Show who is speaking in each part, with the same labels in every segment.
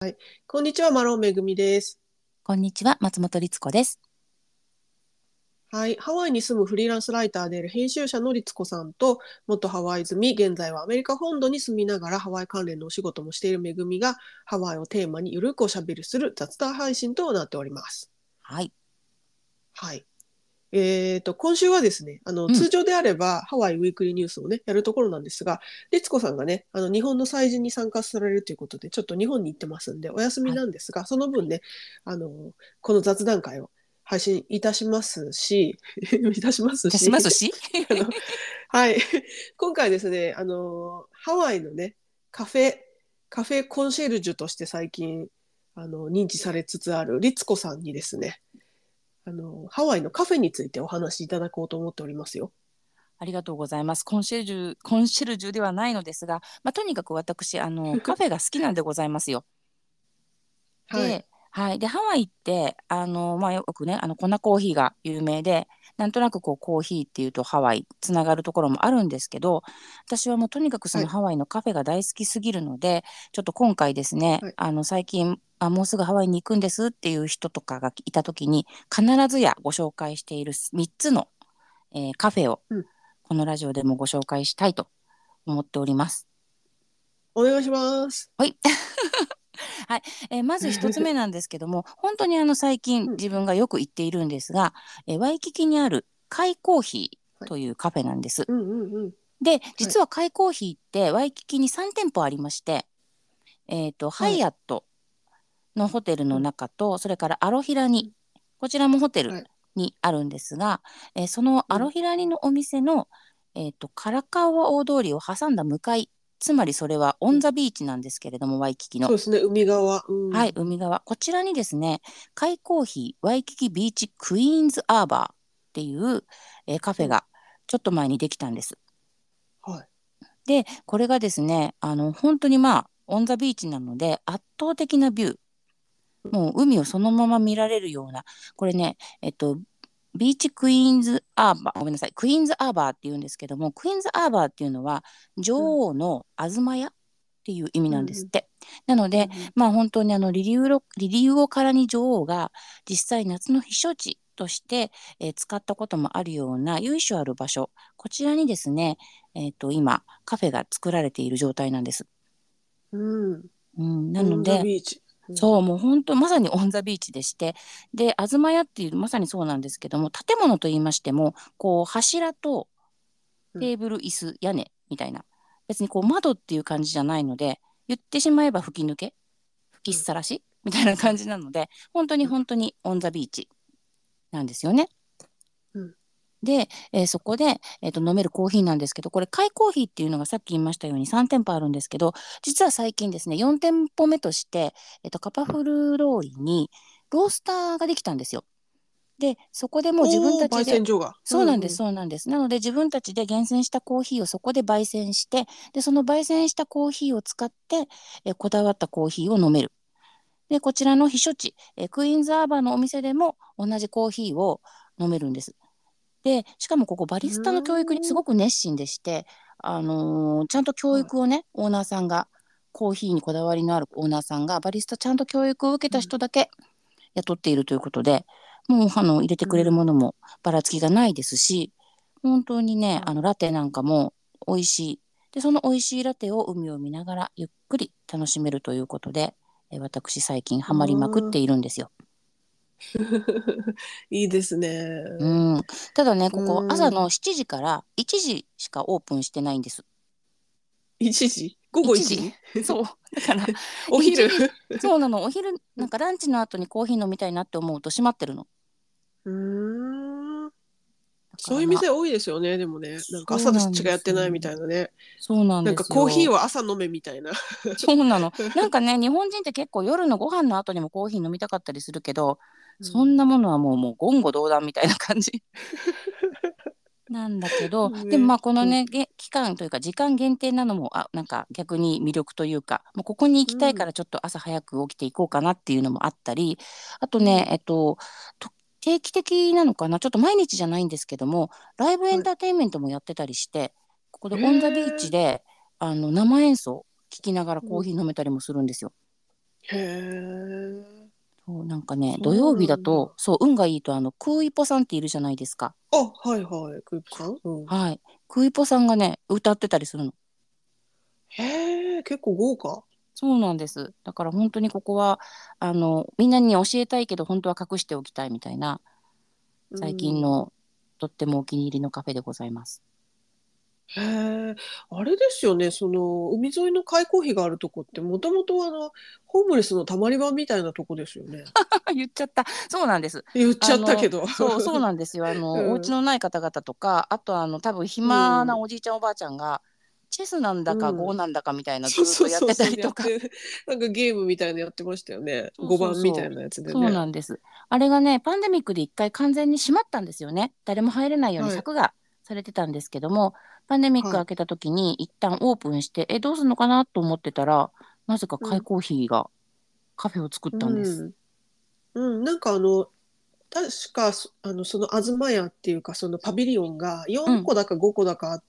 Speaker 1: こんにちは、マロンめぐみです。
Speaker 2: こんにちは、松本律子です。
Speaker 1: はい、ハワイに住むフリーランスライターである編集者の律子さんと、元ハワイ住み、現在はアメリカ本土に住みながらハワイ関連のお仕事もしているめぐみが、ハワイをテーマにゆるくおしゃべりする雑談配信となっております。
Speaker 2: はい。
Speaker 1: はい。今週はですね、
Speaker 2: うん。
Speaker 1: 通常であればハワイウィークリーニュースをね、やるところなんですが、律子さんがね、日本の祭事に参加されるということで、ちょっと日本に行ってますんで、お休み
Speaker 2: はい。
Speaker 1: なんですが、その分ね、あの、この雑談会を配信いたしますし、いたします
Speaker 2: いたします
Speaker 1: し、
Speaker 2: し。
Speaker 1: あの、はい。今回ですね、ハワイのね、カフェ、カフェコンシェルジュとして最近、認知されつつある律子さんにですね、ハワイのカフェについてお話しいただこうと思っておりますよ。
Speaker 2: ありがとうございます。コンシェルジュではないのですが、とにかく私、カフェが好きなんでございますよ。
Speaker 1: はい。
Speaker 2: で、はい。で、ハワイって、よくね、粉コーヒーが有名で、なんとなくこう、コーヒーっていうとハワイ、つながるところもあるんですけど、私はもうとにかくそ
Speaker 1: はい。
Speaker 2: のハワイのカフェが大好きすぎるので、ちょっと今回ですね、
Speaker 1: はい。
Speaker 2: 最近、もうすぐハワイに行くんですっていう人とかがいたときに、必ずやご紹介している3つの、カフェを、
Speaker 1: うん。
Speaker 2: このラジオでもご紹介したいと思っております。
Speaker 1: お願いします。
Speaker 2: はい。はい。まず一つ目なんですけども、本当に最近
Speaker 1: うん。
Speaker 2: 自分がよく行っているんですが、ワイキキにあるカイコーヒー
Speaker 1: はい。
Speaker 2: というカフェなんです。
Speaker 1: うんうんうん。
Speaker 2: で、
Speaker 1: はい。
Speaker 2: 実はカイコーヒーってワイキキに3店舗ありまして、ハ
Speaker 1: はい。
Speaker 2: イアットのホテルの
Speaker 1: うん。
Speaker 2: 中と、それからアロヒラに、
Speaker 1: うん。
Speaker 2: こちらもホテル
Speaker 1: はい。
Speaker 2: にあるんですが、そのアロ
Speaker 1: うん。
Speaker 2: ヒラにのお店の、カラカウア大通りを挟んだ向かい、つまりそれはオ
Speaker 1: うん。
Speaker 2: ンザビーチなんですけれども、ワイキキの。
Speaker 1: そうですね。海側。う
Speaker 2: はい、
Speaker 1: ん。
Speaker 2: 海側。こちらにですね、カイコーヒーワイキキビーチクイーンズアーバーっていう、カフ
Speaker 1: うん。
Speaker 2: ェがちょっと前にできたんです。
Speaker 1: はい。
Speaker 2: で、これがですね、本当にオンザビーチなので、圧倒的なビュー。もう海をそのまま見られるような、これね、ビーチクイーンズアーバー、ごめんなさい、クイーンズアーバーっていうんですけども、クイーンズアーバーっていうのは、女
Speaker 1: うん。
Speaker 2: 王の東屋っていう意味
Speaker 1: うん。
Speaker 2: なんですって。なので、
Speaker 1: うん。
Speaker 2: 本当にリリウオカラニ女王が実際夏の避暑地として、使ったこともあるような由緒ある場所、こちらにですね、今、カフェが作られている状態なんです。
Speaker 1: うん。うん。
Speaker 2: うん、な
Speaker 1: オンザ
Speaker 2: ので、
Speaker 1: ビーチ。うん。
Speaker 2: そう、もう本当、まさにオンザビーチでして、で、東屋っていう、まさにそうなんですけども、建物といいましても、こう、柱と
Speaker 1: うん。
Speaker 2: テーブル、椅子、屋根みたいな、別にこう、窓っていう感じじゃないので、言ってしまえば吹き抜け、吹き
Speaker 1: うん。
Speaker 2: さらしみたいな感じなので、本当に
Speaker 1: うん。
Speaker 2: 本当にオンザビーチなんですよね。
Speaker 1: うん。
Speaker 2: で、そこで、飲めるコーヒーなんですけど、これ、貝コーヒーっていうのがさっき言いましたように3店舗あるんですけど、実は最近ですね、4店舗目として、カパフル通りにロースターができたんですよ。で、そこでもう自分
Speaker 1: おー、焙
Speaker 2: たちで、
Speaker 1: 煎所が。う
Speaker 2: そうなんです、
Speaker 1: んうん。
Speaker 2: そうなんです。なので、自分たちで厳選したコーヒーをそこで焙煎して、で、その焙煎したコーヒーを使って、こだわったコーヒーを飲める。で、こちらの避暑地、クイーンズアーバーのお店でも同じコーヒーを飲めるんです。で、しかもここバ
Speaker 1: う
Speaker 2: リスタの教育にす
Speaker 1: ーん。
Speaker 2: ごく熱心でして、ちゃんと教
Speaker 1: は
Speaker 2: 育をね、オーナーさんが、コーヒーにこだわりのあるオーナーさんが、バリスタちゃんと教育を受け
Speaker 1: い。うん。
Speaker 2: た人だけ雇っているということで、もう入れてくれる
Speaker 1: うん。
Speaker 2: ものもばらつきがないですし、本当にね、
Speaker 1: はい。
Speaker 2: ラテなんかも美味しい。で、その美味しいラテを海を見ながらゆっくり楽しめるということで、私最近
Speaker 1: あ
Speaker 2: ハマりまくって
Speaker 1: ー。
Speaker 2: いるんですよ。
Speaker 1: いいですね。
Speaker 2: うん。ただね、ここ朝
Speaker 1: うん。
Speaker 2: の7時から1時しかオープンしてないんです。
Speaker 1: 1時午後
Speaker 2: 1
Speaker 1: 1
Speaker 2: 時。
Speaker 1: 時
Speaker 2: そう。だから、1
Speaker 1: お昼。
Speaker 2: 時、そうなの。お昼、なんかランチの後にコーヒー飲みたいなって思うと閉まってるの。
Speaker 1: うーん。
Speaker 2: だから
Speaker 1: そういう店多いですよね、でもね。なんか朝し
Speaker 2: そうなんですよ。
Speaker 1: かやってないみたいなね。
Speaker 2: そうなんで
Speaker 1: なんかコーヒー
Speaker 2: すよ。
Speaker 1: は朝飲めみたいな。
Speaker 2: そうなの。なんかね、日本人って結構夜のご飯の後にもコーヒー飲みたかったりするけど、
Speaker 1: うん。
Speaker 2: そんなものはもう言語道断みたいな感じなんだけど、でも
Speaker 1: ね。
Speaker 2: この
Speaker 1: うん。
Speaker 2: ね、期間というか時間限定なのも、なんか逆に魅力というか、もうここに行きたいか
Speaker 1: うん。
Speaker 2: らちょっと朝早く起きていこうかなっていうのもあったり、あとね、
Speaker 1: うん。
Speaker 2: 定期的なのかな、ちょっと毎日じゃないんですけども、ライブエン
Speaker 1: はい。
Speaker 2: ターテインメントもやってたりして、ここで
Speaker 1: へ
Speaker 2: オンザビーチ
Speaker 1: え。
Speaker 2: で、生演奏聞きながらコー
Speaker 1: うん。
Speaker 2: ヒー飲めたりもするんですよ。
Speaker 1: へえ。
Speaker 2: そうなんかね、土
Speaker 1: そう
Speaker 2: 曜日
Speaker 1: なんだ。
Speaker 2: だと、そう、運がいいと、クーイポさんっているじゃないですか。
Speaker 1: あ、はいはい、クープさん。うん。
Speaker 2: はい。クーイポさんがね、歌ってたりするの。
Speaker 1: へえ、結構豪華。
Speaker 2: そうなんです。だから本当にここは、みんなに教えたいけど、本当は隠しておきたいみたいな、
Speaker 1: う
Speaker 2: 最近
Speaker 1: ん。
Speaker 2: のとってもお気に入りのカフェでございます。
Speaker 1: へえ、あれですよね、海沿いの開口碑があるとこって、もともとホームレスのたまり場みたいなとこですよね。
Speaker 2: 言っちゃった。そうなんです。
Speaker 1: 言っちゃったけど。
Speaker 2: そうなんですよ。お家
Speaker 1: うん。
Speaker 2: のない方々とか、あと多分
Speaker 1: う
Speaker 2: 暇な
Speaker 1: ん。
Speaker 2: おじいちゃんおばあちゃんが、チェスなんだか
Speaker 1: うん。
Speaker 2: Go なんだかみたいなず
Speaker 1: そう
Speaker 2: ーっとやってた
Speaker 1: そうそうそう、
Speaker 2: りとか。
Speaker 1: なんかゲームみたいなのやってましたよね。
Speaker 2: そうそう
Speaker 1: 5番みた
Speaker 2: そう。
Speaker 1: いなやつで
Speaker 2: そう
Speaker 1: ね。
Speaker 2: なんです。あれがね、パンデミックで一回完全に閉まったんですよね。誰も入れないように
Speaker 1: はい。
Speaker 2: 柵がされてたんですけども、パンデミック
Speaker 1: はい。
Speaker 2: 開けた時に一旦オープンして、どうするのかなと思ってたら、なぜか
Speaker 1: うん。
Speaker 2: 開コーヒーがカフェを作ったんです。
Speaker 1: うん。うん。なんか確か、その東屋っていうか、そのパビリオンが4
Speaker 2: うん。
Speaker 1: 個だか5個だかあって、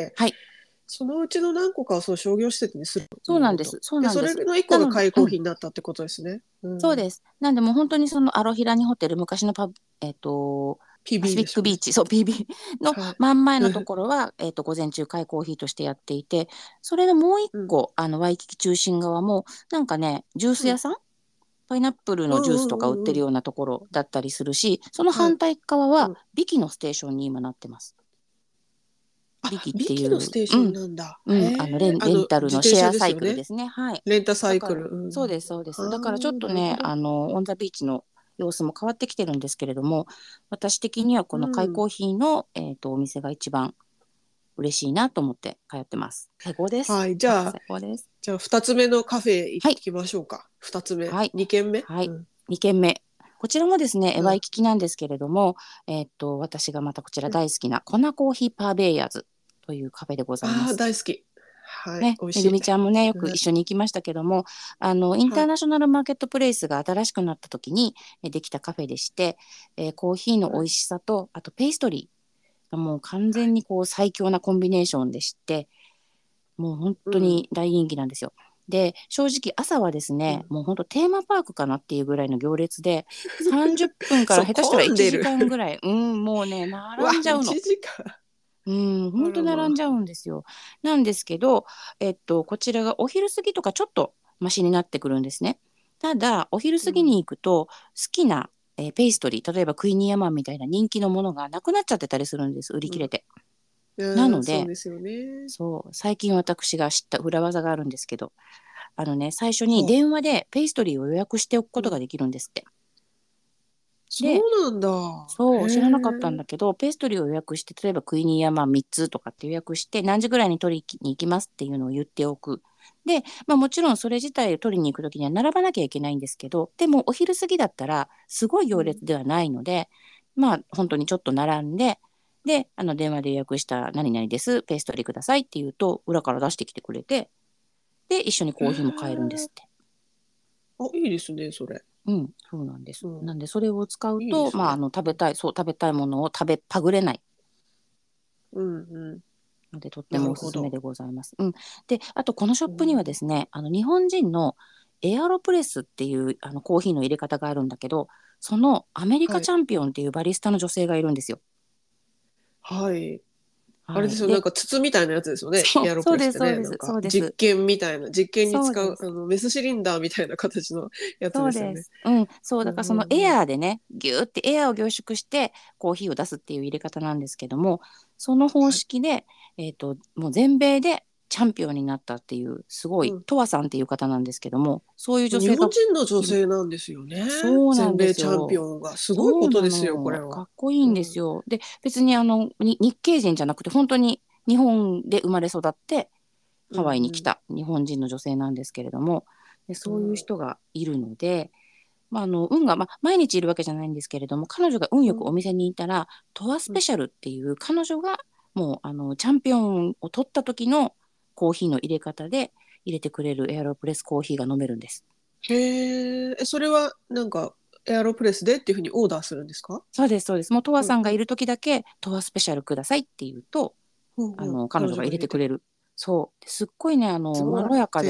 Speaker 2: はい。
Speaker 1: そのうちの何個かをそう商業施設にするもともと。
Speaker 2: そうなんです。そう
Speaker 1: で、
Speaker 2: なんです。
Speaker 1: それの1個が
Speaker 2: なので、
Speaker 1: 開口碑になったってことですね。うん。
Speaker 2: そうです。なんでもう本当にそのアロヒラニホテル、昔のパシ
Speaker 1: PB
Speaker 2: フィ
Speaker 1: ですよね。
Speaker 2: ックビーチ、そう、PB の
Speaker 1: はい。
Speaker 2: 真ん前のと
Speaker 1: うん。
Speaker 2: ころは、午前中会コーヒーとしてやっていて、それのもう一
Speaker 1: うん。
Speaker 2: 個、ワイキキ中心側も、なんかね、ジュース
Speaker 1: うん。
Speaker 2: 屋さんパイナップル
Speaker 1: うん
Speaker 2: のジュースとか売っ
Speaker 1: うんうんうん。
Speaker 2: てるようなところだったりするし、その
Speaker 1: はい。
Speaker 2: 反対側は、
Speaker 1: うん。
Speaker 2: ビキのステーションに今なってます。
Speaker 1: あ、
Speaker 2: ビキっ
Speaker 1: ビキ
Speaker 2: ていう、
Speaker 1: のステーション
Speaker 2: うん、
Speaker 1: なんだ。
Speaker 2: うん、
Speaker 1: へえ。
Speaker 2: レンタル
Speaker 1: 自転車
Speaker 2: のシェアサイ
Speaker 1: ですよね。
Speaker 2: クルですね。はい。
Speaker 1: レンタサ
Speaker 2: だから、
Speaker 1: イクル。うん。
Speaker 2: そうです、そうで
Speaker 1: ああ、
Speaker 2: す。だからちょっとね、
Speaker 1: なるほど。
Speaker 2: オンザビーチの様子も変わってきてるんですけれども、私的にはこ
Speaker 1: う
Speaker 2: の開コー
Speaker 1: ん。
Speaker 2: ヒーの、お店が一番嬉しいなと思って通ってます。最高です。
Speaker 1: はい。じ
Speaker 2: あ、
Speaker 1: ゃあ、
Speaker 2: 最高です。
Speaker 1: 2つ目のカフェ行
Speaker 2: はい、
Speaker 1: きましょうか。2つ目。
Speaker 2: はい、
Speaker 1: 2軒目。
Speaker 2: はい。
Speaker 1: うん。
Speaker 2: 2軒目。こちらもですね、ワイ
Speaker 1: うん。
Speaker 2: キキなんですけれども、私がまたこちら
Speaker 1: うん。
Speaker 2: 大好きなコナコーヒーパーベイヤーズというカフェでございま
Speaker 1: ああ、
Speaker 2: す。
Speaker 1: 大好き。はい。
Speaker 2: ね、めぐ
Speaker 1: 美味しい。
Speaker 2: みちゃんもね、よく一
Speaker 1: うん。
Speaker 2: 緒に行きましたけども、インタ
Speaker 1: はい。
Speaker 2: ーナショナルマーケットプレイスが新しくなった時にできたカフェでして、コーヒーの美
Speaker 1: はい。
Speaker 2: 味しさと、あとペーストリーがもう完全にこう最強なコンビネーションでして、もう本当
Speaker 1: うん。
Speaker 2: に大人気なんですよ。で、正直朝はですね、
Speaker 1: うん。
Speaker 2: もう本当テーマパークかなっていうぐらいの行列で、30分か
Speaker 1: そう、
Speaker 2: ら下手したら1
Speaker 1: 混んでる。
Speaker 2: 時間ぐらい、うん、もうね、
Speaker 1: うわ、
Speaker 2: 並んじゃうの。
Speaker 1: 1時間。
Speaker 2: うん、
Speaker 1: あ
Speaker 2: 本当
Speaker 1: らま
Speaker 2: 並んじゃうんですよ。なんですけど、こちらがお昼過ぎとかちょっとマシになってくるんですね。ただ、お昼
Speaker 1: うん。
Speaker 2: 過ぎに行くと、好きな、ペーストリー、例えばクイニーアマンみたいな人気のものがなくなっちゃってたりするんです、売り切
Speaker 1: うん。
Speaker 2: れて。な
Speaker 1: うん、
Speaker 2: ので、
Speaker 1: そうですよね。
Speaker 2: そう、最近私が知った裏技があるんですけど、最初に
Speaker 1: ほ
Speaker 2: 電話でペーストリーを予約しておくこ
Speaker 1: う。うん。
Speaker 2: とができるんですって。で、
Speaker 1: そうなんだ。へ
Speaker 2: そう、知らなかったん
Speaker 1: え。
Speaker 2: だけど、ペーストリーを予約して、例えばクイニーアマン3つとかって予約して、何時ぐらいに取りに行きますっていうのを言っておく。で、まあもちろんそれ自体を取りに行くときには並ばなきゃいけないんですけど、でもお昼過ぎだったらすごい行
Speaker 1: うん。
Speaker 2: 列ではないので、まあ本当にちょっと並んで、で、電話で予約した何々です、ペーストリーくださいって言うと、裏から出してきてくれて、で、一緒に
Speaker 1: へ
Speaker 2: コーヒーも買えるんです
Speaker 1: え。
Speaker 2: って。
Speaker 1: あ、いいですね、それ。
Speaker 2: うん、そうなんです。
Speaker 1: うん。
Speaker 2: なんで、それを使うと、
Speaker 1: いいですね。
Speaker 2: 食べたいものをパグれない
Speaker 1: うんうん。
Speaker 2: ので、とって
Speaker 1: な
Speaker 2: もお
Speaker 1: るほど。
Speaker 2: すすめでございます。うん。で、あと、このショップにはで
Speaker 1: うん。
Speaker 2: すね、日本人のエアロプレスっていうコーヒーの入れ方があるんだけど、そのアメリカ
Speaker 1: はい。
Speaker 2: チャンピオンっていうバリスタの女性がいるんですよ。
Speaker 1: はい。あれ
Speaker 2: はい。
Speaker 1: ですよ、なん
Speaker 2: で、
Speaker 1: か筒みたいなやつですよね。エアロ
Speaker 2: そうです、
Speaker 1: プレスってね。
Speaker 2: そうです、そ
Speaker 1: なんか
Speaker 2: うです。
Speaker 1: 実験みたいな、実験に使う、
Speaker 2: そうです。
Speaker 1: メスシリンダーみたいな形のやつですよね。
Speaker 2: そうです。うん、そう、
Speaker 1: う
Speaker 2: だからそのエ
Speaker 1: んうん
Speaker 2: アーでね、ギューってエアーを凝縮してコーヒーを出すっていう入れ方なんですけども、その方
Speaker 1: はい。
Speaker 2: 式で、もう全米でチャンピオンになったっていう、すごい、
Speaker 1: うん。
Speaker 2: トワさんっていう方なんですけども、そういう女
Speaker 1: 日
Speaker 2: 性が
Speaker 1: 本人の女
Speaker 2: いる。
Speaker 1: 性なんですよね。
Speaker 2: そうなんで
Speaker 1: 全米チャンピ
Speaker 2: すよ。
Speaker 1: オンが。すごいこ
Speaker 2: そうな
Speaker 1: とですよ、これ
Speaker 2: の。か
Speaker 1: は。
Speaker 2: っこいいんです
Speaker 1: うん。
Speaker 2: よ。で、別に日系人じゃなくて、本当に日本で生まれ育って、
Speaker 1: うん
Speaker 2: ハワイに来
Speaker 1: うん。
Speaker 2: た日本人の女性なんですけれども、でそういう人がいるので、まあ、運が、まあ、毎日いるわけじゃないんですけれども、彼女が運よくお
Speaker 1: うん
Speaker 2: 店にいたら、トアス
Speaker 1: うん。
Speaker 2: ペシャルっていう彼女がもうチャンピオンを取った時のコーヒーの入れ方で入れてくれるエアロプレスコーヒーが飲めるんです。
Speaker 1: へえ、それはなんかエアロプレスでっていうふうにオーダーするんですか？
Speaker 2: そうです、そうです。もうトア
Speaker 1: うんうん。
Speaker 2: さんがいる時だけトアスペシャルくださいって言うと、
Speaker 1: うんうん。彼
Speaker 2: 彼女が
Speaker 1: 女が入れて。
Speaker 2: 入れてくれる。そう。すっごいね、
Speaker 1: すごい。
Speaker 2: まろやかで
Speaker 1: 贅沢。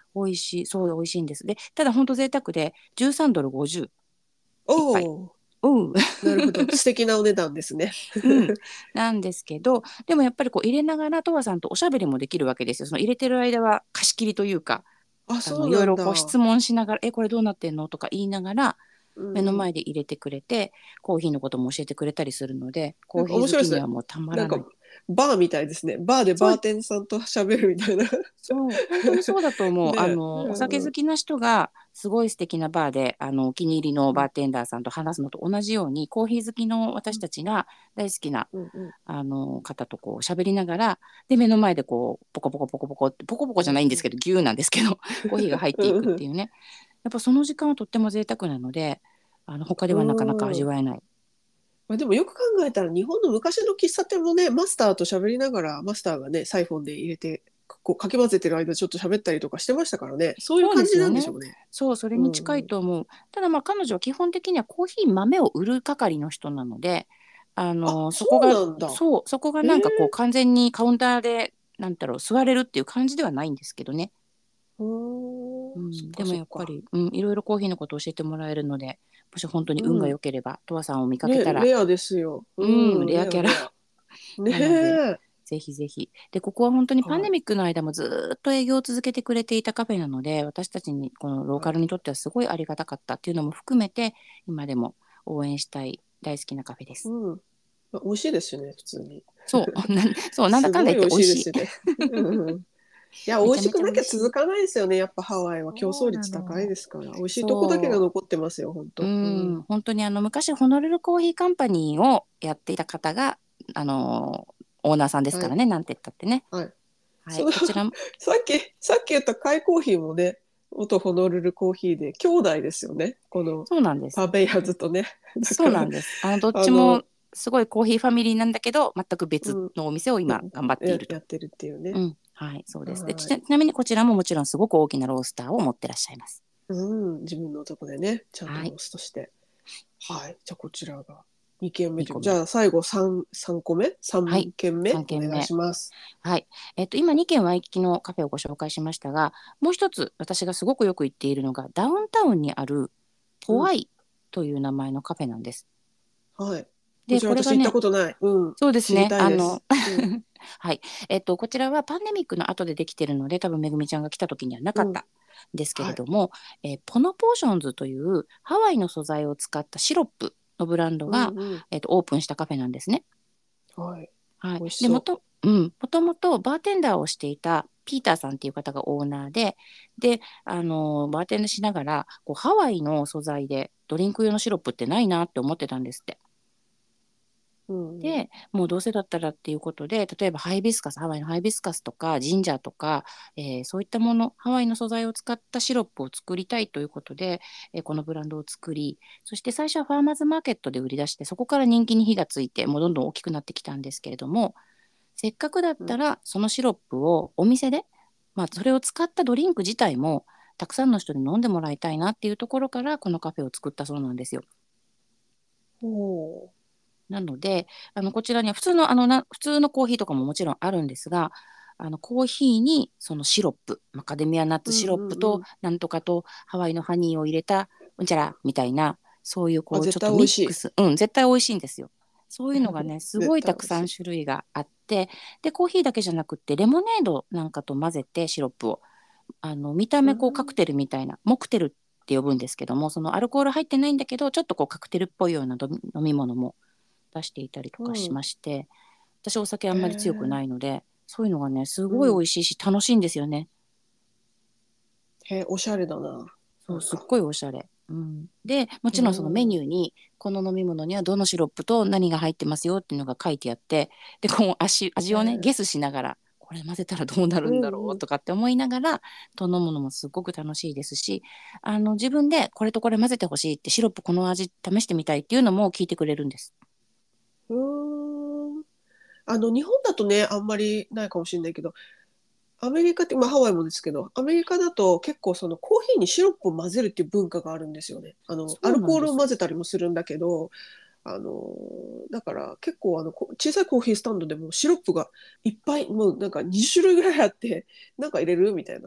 Speaker 2: 美味しい、そう美味しいんです。で、ただ本当贅沢で13ドル50一杯。
Speaker 1: おお、
Speaker 2: うん。
Speaker 1: なるほど。素敵なお値段ですね。
Speaker 2: うん、なんですけど、でもやっぱりこう入れながら、とわさんとおしゃべりもできるわけですよ。その入れてる間は貸し切りというか、
Speaker 1: あ、そう
Speaker 2: いろいろ
Speaker 1: なんだ。
Speaker 2: こう質問しながら、これどうなってんのとか言いながら、目の
Speaker 1: うんうん。
Speaker 2: 前で入れてくれて、コーヒーのことも教えてくれたりするので、
Speaker 1: なんか
Speaker 2: コーヒー好
Speaker 1: 面白いですね。
Speaker 2: きにはもうたま
Speaker 1: なんか、
Speaker 2: らない。
Speaker 1: バーみたいですね。バーで
Speaker 2: そう、
Speaker 1: バーテンさんと喋るみたいな。
Speaker 2: そう、本当にそうだと思う。
Speaker 1: ね。
Speaker 2: お酒
Speaker 1: うんうん。
Speaker 2: 好きな人がすごい素敵なバーで、お気に入りの
Speaker 1: うん
Speaker 2: バーテンダーさんと話すのと同じように、コーヒー好きの私たちが大好きな
Speaker 1: うんうん
Speaker 2: 方とこう喋りながら、で、目の前でこう、ポコポコポコポコって、ポコポコじゃないんですけど、牛なんですけど、コーヒーが入っていくっていうね。やっぱその時間はとっても贅沢なので、他で
Speaker 1: う
Speaker 2: はなかなか
Speaker 1: ん。うん。
Speaker 2: 味わえない。
Speaker 1: まあ、でもよく考えたら日本の昔の喫茶店もね、マスターと喋りながら、マスターがね、サイフォンで入れて、こうかき混ぜてる間ちょっと喋ったりとかしてましたからね。そういう
Speaker 2: そうで
Speaker 1: 感じ
Speaker 2: すよね。
Speaker 1: なんでしょうね。
Speaker 2: そう、それに近い
Speaker 1: うんうん。
Speaker 2: と思う。ただまあ彼女は基本的にはコーヒー豆を売る係の人なので、
Speaker 1: あ、そ
Speaker 2: そこが、
Speaker 1: うなんだ。
Speaker 2: そこが
Speaker 1: へえ。
Speaker 2: なんかこう完全にカウンターで、なんだろう、座れるっていう感じではないんですけどね。
Speaker 1: うーん、そっ
Speaker 2: でも
Speaker 1: かそっか。
Speaker 2: やっぱり、いろいろコーヒーのことを教えてもらえるので、もし本当に運が
Speaker 1: うん。
Speaker 2: 良ければ、とわさんを見かけ
Speaker 1: ね、
Speaker 2: たら、
Speaker 1: レアですよ。うん、
Speaker 2: レアキャラ
Speaker 1: レアレア。ね
Speaker 2: なので、
Speaker 1: え。
Speaker 2: ぜひぜひ。で、ここは本当にパン
Speaker 1: はい。
Speaker 2: デミックの間もずーっと営業を続けてくれていたカフェなので、私たちに、このロー
Speaker 1: はい。
Speaker 2: カルにとってはすごいありがたかったっていうのも含めて、今でも応援したい大好きなカフェです。
Speaker 1: うん。まあ、美味しいですよね、普通に。
Speaker 2: そう、そう、なんだかんだ言っ
Speaker 1: すごい美味し
Speaker 2: て美味しい。
Speaker 1: いですよね。うん。いや、美
Speaker 2: めちゃめちゃ
Speaker 1: 味しくな
Speaker 2: 美味しい。
Speaker 1: きゃ続かないですよね。やっぱハワイは競
Speaker 2: そう
Speaker 1: 争率高い
Speaker 2: なの。
Speaker 1: ですから。美味しいとこだけが
Speaker 2: そ
Speaker 1: 残ってますよ、本
Speaker 2: う。
Speaker 1: 当。うん。
Speaker 2: 本当に昔、ホノルルコーヒーカンパニーをやっていた方が、あの、オーナーさんです
Speaker 1: はい。
Speaker 2: からね、なんて言ったってね。
Speaker 1: はい。
Speaker 2: はい、
Speaker 1: その
Speaker 2: こちらも、
Speaker 1: さっき言ったカイコーヒーもね、元ホノルルコーヒーで兄弟ですよね。この
Speaker 2: そうなんです。
Speaker 1: パベイヤーズとね。だ
Speaker 2: そう
Speaker 1: から、
Speaker 2: なんです。どっちも
Speaker 1: あの、
Speaker 2: すごいコーヒーファミリーなんだけど、全く別
Speaker 1: うん、
Speaker 2: のお店を今頑張っていると。
Speaker 1: やってるっていうね。
Speaker 2: はい、そうです。で、
Speaker 1: はい。
Speaker 2: ちなみにこちらももちろんすごく大きなロースターを持ってらっしゃいます。
Speaker 1: うん、自分のとこでね、ちゃんと
Speaker 2: はい、
Speaker 1: ローストして。はい。じゃあこちらが2軒目
Speaker 2: 2
Speaker 1: という。
Speaker 2: 個目。
Speaker 1: じゃあ最後3個目
Speaker 2: は
Speaker 1: ?3
Speaker 2: い、
Speaker 1: 軒目
Speaker 2: 3
Speaker 1: お願い
Speaker 2: 軒目。
Speaker 1: します。
Speaker 2: はい。今2軒ワイキキのカフェをご紹介しましたが、もう一つ私がすごくよく行っているのが、ダウンタウンにある
Speaker 1: うん。
Speaker 2: ポアイという名前のカフェなんです。
Speaker 1: はい。こ
Speaker 2: で、
Speaker 1: ちら私行った
Speaker 2: これがね、
Speaker 1: ことない。うん。知り
Speaker 2: そうですね。
Speaker 1: たいです。うん。
Speaker 2: はい。こちらはパンデミックの後でできてるので、多分めぐみちゃんが来た時にはなか
Speaker 1: うん。
Speaker 2: ったんですけれ
Speaker 1: はい。
Speaker 2: ども、ポノポーションズというハワイの素材を使ったシロップのブランドが、
Speaker 1: うんうん。
Speaker 2: オープンしたカフェなんですね。
Speaker 1: はい。
Speaker 2: はい。で、
Speaker 1: 美味しそ
Speaker 2: もともとバーテンダーをしていたピーターさんっていう方がオーナーで、バーテンダーしながら、こう、ハワイの素材でドリンク用のシロップってないなって思ってたんですって。
Speaker 1: う。うんうん。
Speaker 2: で、もうどうせだったらっていうことで、例えばハイビスカス、ハワイのハイビスカスとかジンジャーとか、そういったもの、ハワイの素材を使ったシロップを作りたいということで、このブランドを作り、そして最初はファーマーズマーケットで売り出して、そこから人気に火がついて、もうどんどん大きくなってきたんですけれども、せっかくだっ
Speaker 1: うん。
Speaker 2: たら、そのシロップをお店で、まあ、それを使ったドリンク自体も、たくさんの人に飲んでもらいたいなっていうところから、このカフェを作ったそうなんですよ。
Speaker 1: お
Speaker 2: なので、こちらには普通のコーヒーとかももちろんあるんですが、コーヒーにそのシロップ、マカデミアナッツシロッ
Speaker 1: うんうん
Speaker 2: プと、
Speaker 1: うん。
Speaker 2: なんとかとハワイのハニーを入れた、うんちゃらみたいな、そういうこ
Speaker 1: あ、
Speaker 2: う、ち
Speaker 1: 絶
Speaker 2: ょっと
Speaker 1: 対美味しい。
Speaker 2: ミックス、絶対美味しいんですよ。そういうのがね、すご
Speaker 1: 絶
Speaker 2: いたくさん
Speaker 1: 対美味しい。
Speaker 2: 種類があって、で、コーヒーだけじゃなくって、レモネードなんかと混ぜて、シロップを、見た
Speaker 1: う
Speaker 2: 目こうカク
Speaker 1: ん。
Speaker 2: テルみたいな、モクテルって呼ぶんですけども、そのアルコール入ってないんだけど、ちょっとこうカクテルっぽいような飲み物も出していたりとかし
Speaker 1: うん。
Speaker 2: まして、私お酒あ
Speaker 1: へ
Speaker 2: んまり強くな
Speaker 1: え。
Speaker 2: いので、そういうのがね、す
Speaker 1: うん。
Speaker 2: ごい美味しいし楽しいんですよね。
Speaker 1: へえ、おしゃれだな。
Speaker 2: そう、
Speaker 1: なんか。
Speaker 2: すっごいおしゃれ。で、も
Speaker 1: う
Speaker 2: ちろんそのメニ
Speaker 1: ん。
Speaker 2: ューに、この飲み物にはどのシロップと何が入ってますよっていうのが書いてあって、で、こう味をね、ゲ
Speaker 1: へえ。
Speaker 2: スしながら、これ混ぜたらどうなるんだろ
Speaker 1: うんうん。
Speaker 2: うとかって思いながら、と飲むのもすごく楽しいですし、自分でこれとこれ混ぜてほしいって、シロップこの味試してみたいっていうのも聞いてくれるんです。
Speaker 1: うーん。日本だとね、あんまりないかもしれないけど、アメリカって、まあハワイもですけど、アメリカだと結構そのコーヒーにシロップを混ぜるっていう文化があるんですよね。ア
Speaker 2: そう
Speaker 1: ルコー
Speaker 2: なんです。
Speaker 1: ルを混ぜたりもするんだけど、あの、だから結構小さいコーヒースタンドでもシロップがいっぱい、もうなんか20種類ぐらいあって、なんか入れるみたいな。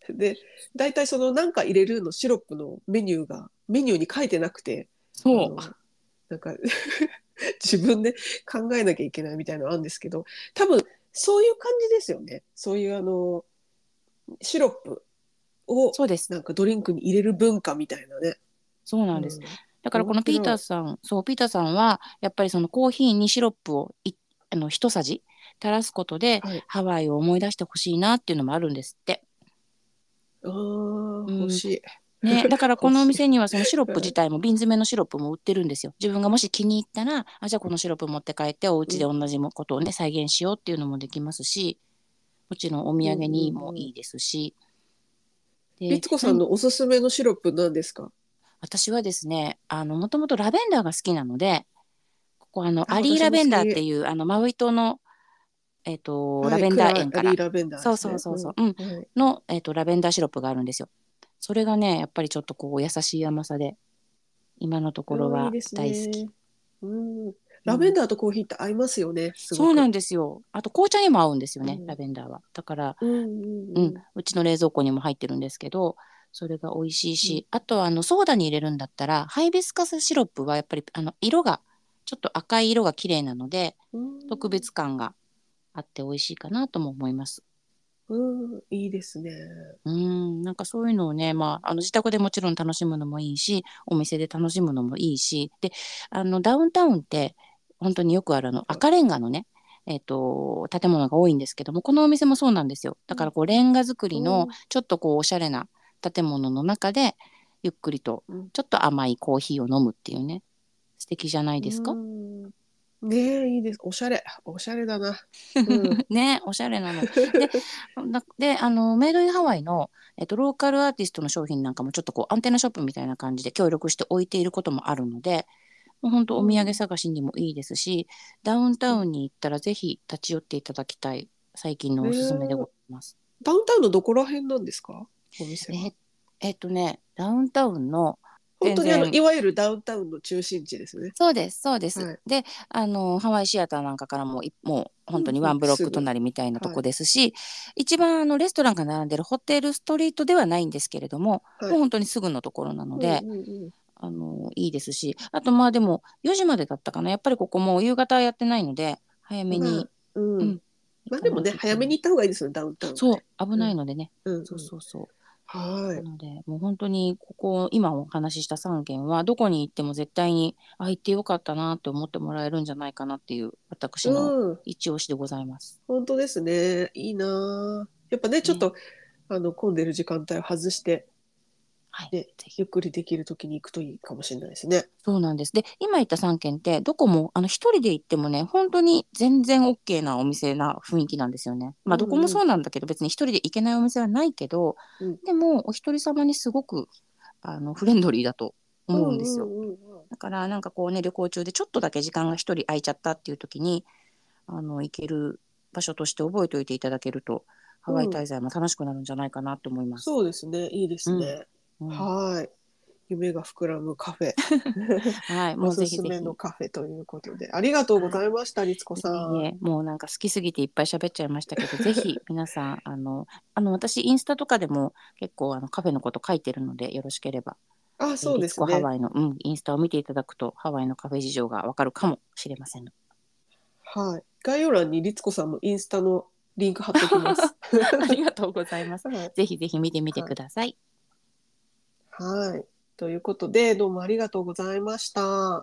Speaker 1: で、大体そのなんか入れるのシロップのメニューがメニューに書いてなくて、
Speaker 2: そう。
Speaker 1: なんか自分で考えなきゃいけないみたいなのあるんですけど、多分そういう感じですよね。そういうシロップを
Speaker 2: そうです。
Speaker 1: なんかドリンクに入れる文化みたいなね。
Speaker 2: そうなんです。
Speaker 1: うん、
Speaker 2: だからこのピータ
Speaker 1: 面白い。
Speaker 2: ーさん、そう、ピーターさんは、やっぱりそのコーヒーにシロップを一さじ垂らすことで、
Speaker 1: はい。
Speaker 2: ハワイを思い出してほしいなっていうのもあるんですって。
Speaker 1: ああ、
Speaker 2: うん。
Speaker 1: 欲しい。
Speaker 2: ね、だからこのお
Speaker 1: 欲しい。
Speaker 2: 店にはそのシロップ
Speaker 1: はい。
Speaker 2: 自体も瓶詰めのシロップも売ってるんですよ。自分がもし気に入ったら、あ、じゃあこのシロップ持って帰ってお家で
Speaker 1: うん、
Speaker 2: 同じことをね、再現しようっていうのもできますし、もちろんお土
Speaker 1: うん、
Speaker 2: 産にも
Speaker 1: うん、うん。
Speaker 2: いいですし、で、
Speaker 1: 律子さんのおすすめのシロップ何ですか？
Speaker 2: 私はですね、もともとラベンダーが好きなので、ここ
Speaker 1: あ、
Speaker 2: アリー
Speaker 1: 私
Speaker 2: ラベンダーっ
Speaker 1: も好き。
Speaker 2: ていうマウイ島の、ラ
Speaker 1: はい。
Speaker 2: ベン
Speaker 1: ク
Speaker 2: ダー園から、
Speaker 1: ラアリーラベンダー
Speaker 2: そう
Speaker 1: ですね。う
Speaker 2: そうそうそう、うん、
Speaker 1: ん。はい。
Speaker 2: の、ラベンダーシロップがあるんですよ。それがね、やっぱりちょっとこう優しい甘さで、今のところ
Speaker 1: うん、いい
Speaker 2: は
Speaker 1: です
Speaker 2: 大好き。
Speaker 1: ね。うん。
Speaker 2: うん、
Speaker 1: ラベンダーとコーヒーって合いますよね、すごく。
Speaker 2: そうなんですよ。あと紅茶にも合うんですよね、ラ
Speaker 1: うん。
Speaker 2: ベンダーは。だから、
Speaker 1: うん、
Speaker 2: うん、
Speaker 1: うん、
Speaker 2: うちの冷蔵庫にも入ってるんですけど、それが美味しい
Speaker 1: うん。
Speaker 2: し、あとはソーダに入れるんだったら、ハイビスカスシロップはやっぱり色が、ちょっと赤い色が綺麗なので、
Speaker 1: う
Speaker 2: 特
Speaker 1: ん。
Speaker 2: 別感があって美味しいかなとも思います。
Speaker 1: うん、いいですね。
Speaker 2: なんかそういうのをね、まあ、自宅でもちろん楽しむのもいいし、お店で楽しむのもいいし、で、ダウンタウンって、本当によくある赤レンガのね、建物が多いんですけども、このお店もそうなんですよ。だ
Speaker 1: うん。
Speaker 2: からこう、レンガ造りの、
Speaker 1: うん。
Speaker 2: ちょっとこう、おしゃれな建物の中で、ゆっくりと、
Speaker 1: うん。
Speaker 2: ちょっと甘いコーヒーを飲むっていうね、素敵じゃない
Speaker 1: う
Speaker 2: ですか？
Speaker 1: ん。ねえ、いいです。おしゃれ。おしゃれだな。うん。
Speaker 2: ね、おしゃれなの。で、メイドインハワイの、ローカルアーティストの商品なんかもちょっとこうアンテナショップみたいな感じで協力して置いていることもあるので、もう本当お土産
Speaker 1: うん。
Speaker 2: 探しにもいいですし、ダウンタ
Speaker 1: うん。
Speaker 2: ウンに行ったらぜひ立ち寄っていただきたい最近の
Speaker 1: ね
Speaker 2: おすすめでござ
Speaker 1: え、
Speaker 2: います。
Speaker 1: ダウンタウンのどこら辺なんですか？お店は。
Speaker 2: え、ダウンタウンの
Speaker 1: 本当に
Speaker 2: 全然、
Speaker 1: いわゆるダウンタウンの中心地ですね。
Speaker 2: そうです、そうです。
Speaker 1: はい。
Speaker 2: で、ハワイシアターなんかからももう本当に
Speaker 1: うんうん、
Speaker 2: ワンブロック
Speaker 1: すぐ。
Speaker 2: 隣みたいなとこ
Speaker 1: はい。
Speaker 2: ですし、一番レストランが並んでるホテルストリートではないんですけれども、
Speaker 1: はい。
Speaker 2: もう本当にすぐのところなの
Speaker 1: うん
Speaker 2: で、
Speaker 1: うんうん。
Speaker 2: いいですし、あとまあでも4時までだったかな。やっぱりここもう夕方やってないので、早めに、
Speaker 1: まあ、うん。
Speaker 2: うん、行かない
Speaker 1: まあでもね、
Speaker 2: といけない。
Speaker 1: 早めに行った方がいいですよね、ダウンタウンはね。
Speaker 2: そう、危
Speaker 1: うん。
Speaker 2: ないのでね。そう
Speaker 1: うんうん。
Speaker 2: そうそう。
Speaker 1: はい。
Speaker 2: なので、もう本当にここ、今お話しした3軒は、どこに行っても絶対に、あ、行ってよかったなって思ってもらえるんじゃないかなっていう、私の
Speaker 1: うん。
Speaker 2: 一押しでございます。
Speaker 1: 本当ですね。いいな。やっぱね、ちょっ
Speaker 2: ね。
Speaker 1: と、混んでる時間帯を外して、
Speaker 2: はい。
Speaker 1: ね、
Speaker 2: ぜひ。
Speaker 1: ゆっくりできるときに行くといいかもしれないですね。
Speaker 2: そうなんです。で、今言った3軒って、どこも、一人で行ってもね、本当に全然 OK なお店な雰囲気なんですよね。まあ、どこも
Speaker 1: うんうん。
Speaker 2: そうなんだけど、別に一人で行けないお店はないけど、
Speaker 1: うん。
Speaker 2: でも、お一人様にすごく、フレンドリーだと
Speaker 1: うん
Speaker 2: 思うんですよ。
Speaker 1: うんうんうん。
Speaker 2: だから、なんかこうね、旅行中でちょっとだけ時間が一人空いちゃったっていう時に、行ける場所として覚えておいていただけると、ハワイ
Speaker 1: うん。
Speaker 2: 滞在も楽しくなるんじゃないかなと思います。
Speaker 1: そうですね。いいで
Speaker 2: うん。
Speaker 1: すね。
Speaker 2: うん。
Speaker 1: はい。夢が膨らむカフェ。
Speaker 2: はい。
Speaker 1: お
Speaker 2: もうぜひ
Speaker 1: すすめの
Speaker 2: ぜひ。
Speaker 1: カフェということで。ありがとうご
Speaker 2: はい。
Speaker 1: ざいました、律子さん。
Speaker 2: いえいえ、もうなんか好きすぎていっぱい喋っちゃいましたけど、ぜひ皆さん、私インスタとかでも結構カフェのこと書いてるので、よろしければ、
Speaker 1: あ、そう
Speaker 2: リツコハ
Speaker 1: ですね。
Speaker 2: ワイの、インスタを見ていただくと、ハワイのカフェ事情がわかるかもしれません。
Speaker 1: はい。概要欄に律子さんのインスタのリンク貼っときます。
Speaker 2: ありがとうございます。
Speaker 1: はい。
Speaker 2: ぜひぜひ見てみて
Speaker 1: はい。
Speaker 2: ください。
Speaker 1: はい。ということで、どうもありがとうございました。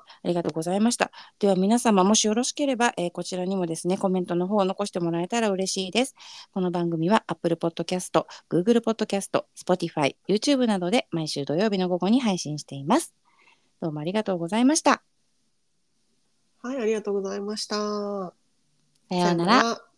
Speaker 2: ありがとうございました。では皆様、もしよろしければ、こちらにもですね、コメントの方を残してもらえたら嬉しいです。この番組は Apple Podcast、Google Podcast、Spotify、YouTube などで毎週土曜日の午後に配信しています。どうもありがとうございました。
Speaker 1: はい、ありがとうございました。
Speaker 2: さよ
Speaker 1: さ
Speaker 2: うなら。
Speaker 1: よなら。